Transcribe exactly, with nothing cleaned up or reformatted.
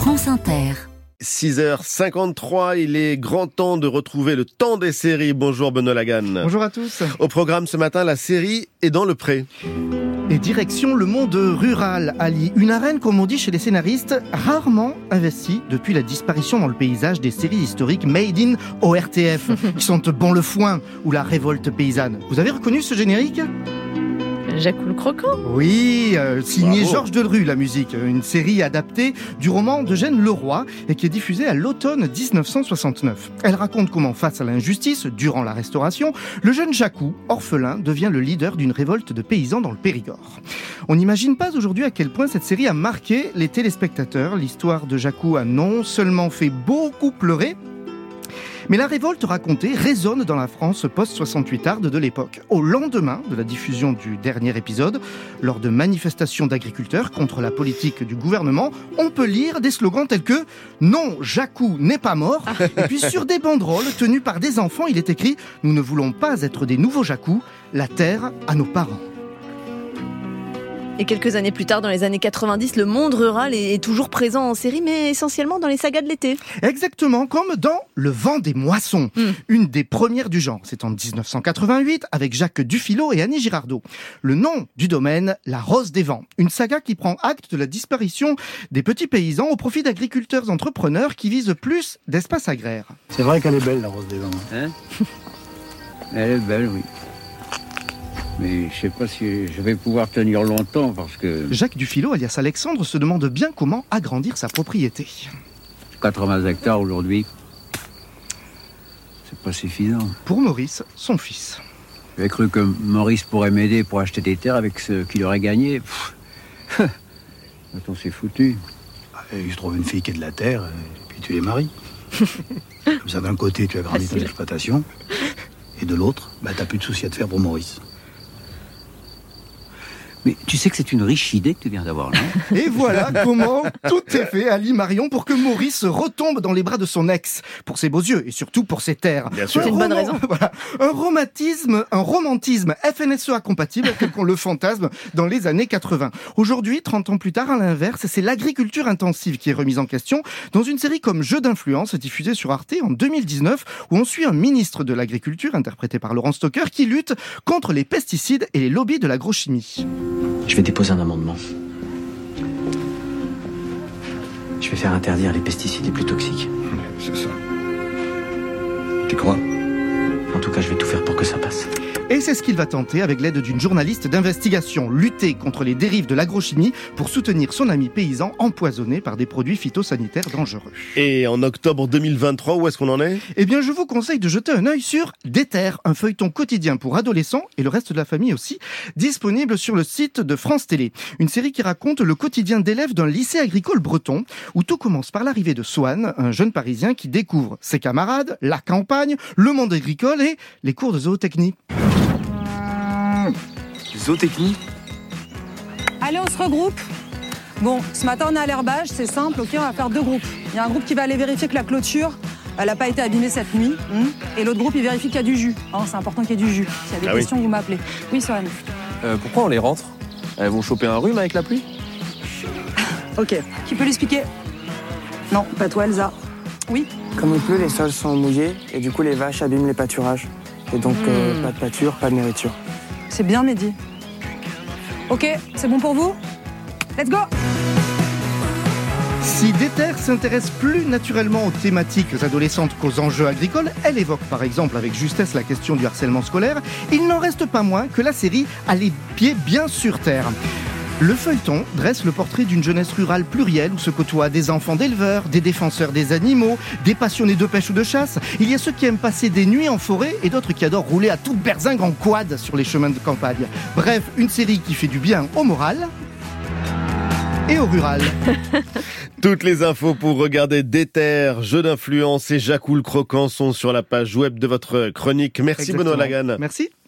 France Inter. six heures cinquante-trois, il est grand temps de retrouver le temps des séries. Bonjour Benoît Lagan. Bonjour à tous. Au programme ce matin, la série est dans le pré. Et direction le monde rural, Ali. Une arène, comme on dit chez les scénaristes, rarement investie depuis la disparition dans le paysage des séries historiques Made in O R T F, qui sont Bon le Foin ou La Révolte paysanne. Vous avez reconnu ce générique ? Jacou le Croquant. Oui, euh, signé Bravo. Georges Delerue, la musique. Une série adaptée du roman d'Eugène Leroy et qui est diffusée à l'automne dix-neuf cent soixante-neuf. Elle raconte comment, face à l'injustice, durant la Restauration, le jeune Jacou, orphelin, devient le leader d'une révolte de paysans dans le Périgord. On n'imagine pas aujourd'hui à quel point cette série a marqué les téléspectateurs. L'histoire de Jacou a non seulement fait beaucoup pleurer, mais la révolte racontée résonne dans la France post-soixante-huitarde de l'époque. Au lendemain de la diffusion du dernier épisode, lors de manifestations d'agriculteurs contre la politique du gouvernement, on peut lire des slogans tels que « Non, Jacou n'est pas mort » et puis sur des banderoles tenues par des enfants, il est écrit « Nous ne voulons pas être des nouveaux Jacou, la terre à nos parents ». Et quelques années plus tard, dans les années quatre-vingt-dix, le monde rural est toujours présent en série, mais essentiellement dans les sagas de l'été. Exactement, comme dans Le Vent des Moissons, mm. une des premières du genre. C'est en dix-neuf cent quatre-vingt-huit, avec Jacques Dufilot et Annie Girardot. Le nom du domaine, La Rose des Vents. Une saga qui prend acte de la disparition des petits paysans au profit d'agriculteurs entrepreneurs qui visent plus d'espace agraire. C'est vrai qu'elle est belle, la Rose des Vents. Hein ? Elle est belle, oui. Mais je sais pas si je vais pouvoir tenir longtemps parce que... Jacques Dufilot, alias Alexandre, se demande bien comment agrandir sa propriété. quatre-vingts hectares aujourd'hui, c'est pas suffisant. Pour Maurice, son fils. J'avais cru que Maurice pourrait m'aider pour acheter des terres avec ce qu'il aurait gagné. Attends, c'est foutu. Et je trouve une fille qui a de la terre, et puis tu les maries. Comme ça, d'un côté, tu agrandis ton exploitation, et de l'autre, bah, t'as plus de soucis à te faire pour Maurice. Mais tu sais que c'est une riche idée que tu viens d'avoir, non ? Et voilà comment tout est fait, Ali Marion, pour que Maurice retombe dans les bras de son ex, pour ses beaux yeux et surtout pour ses terres. Bien sûr. C'est une bonne raison. Voilà, un romantisme, un romantisme F N S E A compatible, tel qu'on le fantasme dans les années quatre-vingts. Aujourd'hui, trente ans plus tard, à l'inverse, c'est l'agriculture intensive qui est remise en question dans une série comme Jeu d'influence, diffusée sur Arte en deux mille dix-neuf, où on suit un ministre de l'agriculture, interprété par Laurent Stocker, qui lutte contre les pesticides et les lobbies de l'agrochimie. Je vais déposer un amendement. Je vais faire interdire les pesticides les plus toxiques. C'est ça. Tu crois ? En tout cas, je vais tout faire pour que ça passe. Et c'est ce qu'il va tenter avec l'aide d'une journaliste d'investigation, lutter contre les dérives de l'agrochimie pour soutenir son ami paysan empoisonné par des produits phytosanitaires dangereux. Et en octobre deux mille vingt-trois, où est-ce qu'on en est ? Eh bien, je vous conseille de jeter un œil sur Déter, un feuilleton quotidien pour adolescents et le reste de la famille aussi, disponible sur le site de France Télé. Une série qui raconte le quotidien d'élèves d'un lycée agricole breton, où tout commence par l'arrivée de Swan, un jeune Parisien qui découvre ses camarades, la campagne, le monde agricole et les cours de zootechnie. Zootechnie ? Allez, on se regroupe. Bon, ce matin, on est à l'herbage, c'est simple, ok, on va faire deux groupes. Il y a un groupe qui va aller vérifier que la clôture, elle n'a pas été abîmée cette nuit. Hein, et l'autre groupe, il vérifie qu'il y a du jus. Hein, c'est important qu'il y ait du jus. S'il y a des Ah questions, oui. vous m'appelez. Oui, Soren. euh, Pourquoi on les rentre ? Elles vont choper un rhume avec la pluie ? Ok. Qui peut l'expliquer ? Non, pas toi, Elsa. Oui. Comme il pleut, les sols sont mouillés et du coup les vaches abîment les pâturages. Et donc Mmh. euh, pas de pâture, pas de nourriture. C'est bien, Mehdi. Ok, c'est bon pour vous ? Let's go ! Si Déter s'intéresse plus naturellement aux thématiques adolescentes qu'aux enjeux agricoles, elle évoque par exemple avec justesse la question du harcèlement scolaire, il n'en reste pas moins que la série a les pieds bien sur terre. Le feuilleton dresse le portrait d'une jeunesse rurale plurielle où se côtoient des enfants d'éleveurs, des défenseur des animaux, des passionnés de pêche ou de chasse. Il y a ceux qui aiment passer des nuits en forêt et d'autres qui adorent rouler à toute berzingue en quad sur les chemins de campagne. Bref, une série qui fait du bien au moral et au rural. Toutes les infos pour regarder Déter, Jeu d'influence et Jacou le Croquant sont sur la page web de votre chronique. Merci Exactement. Benoît Lagan. Merci.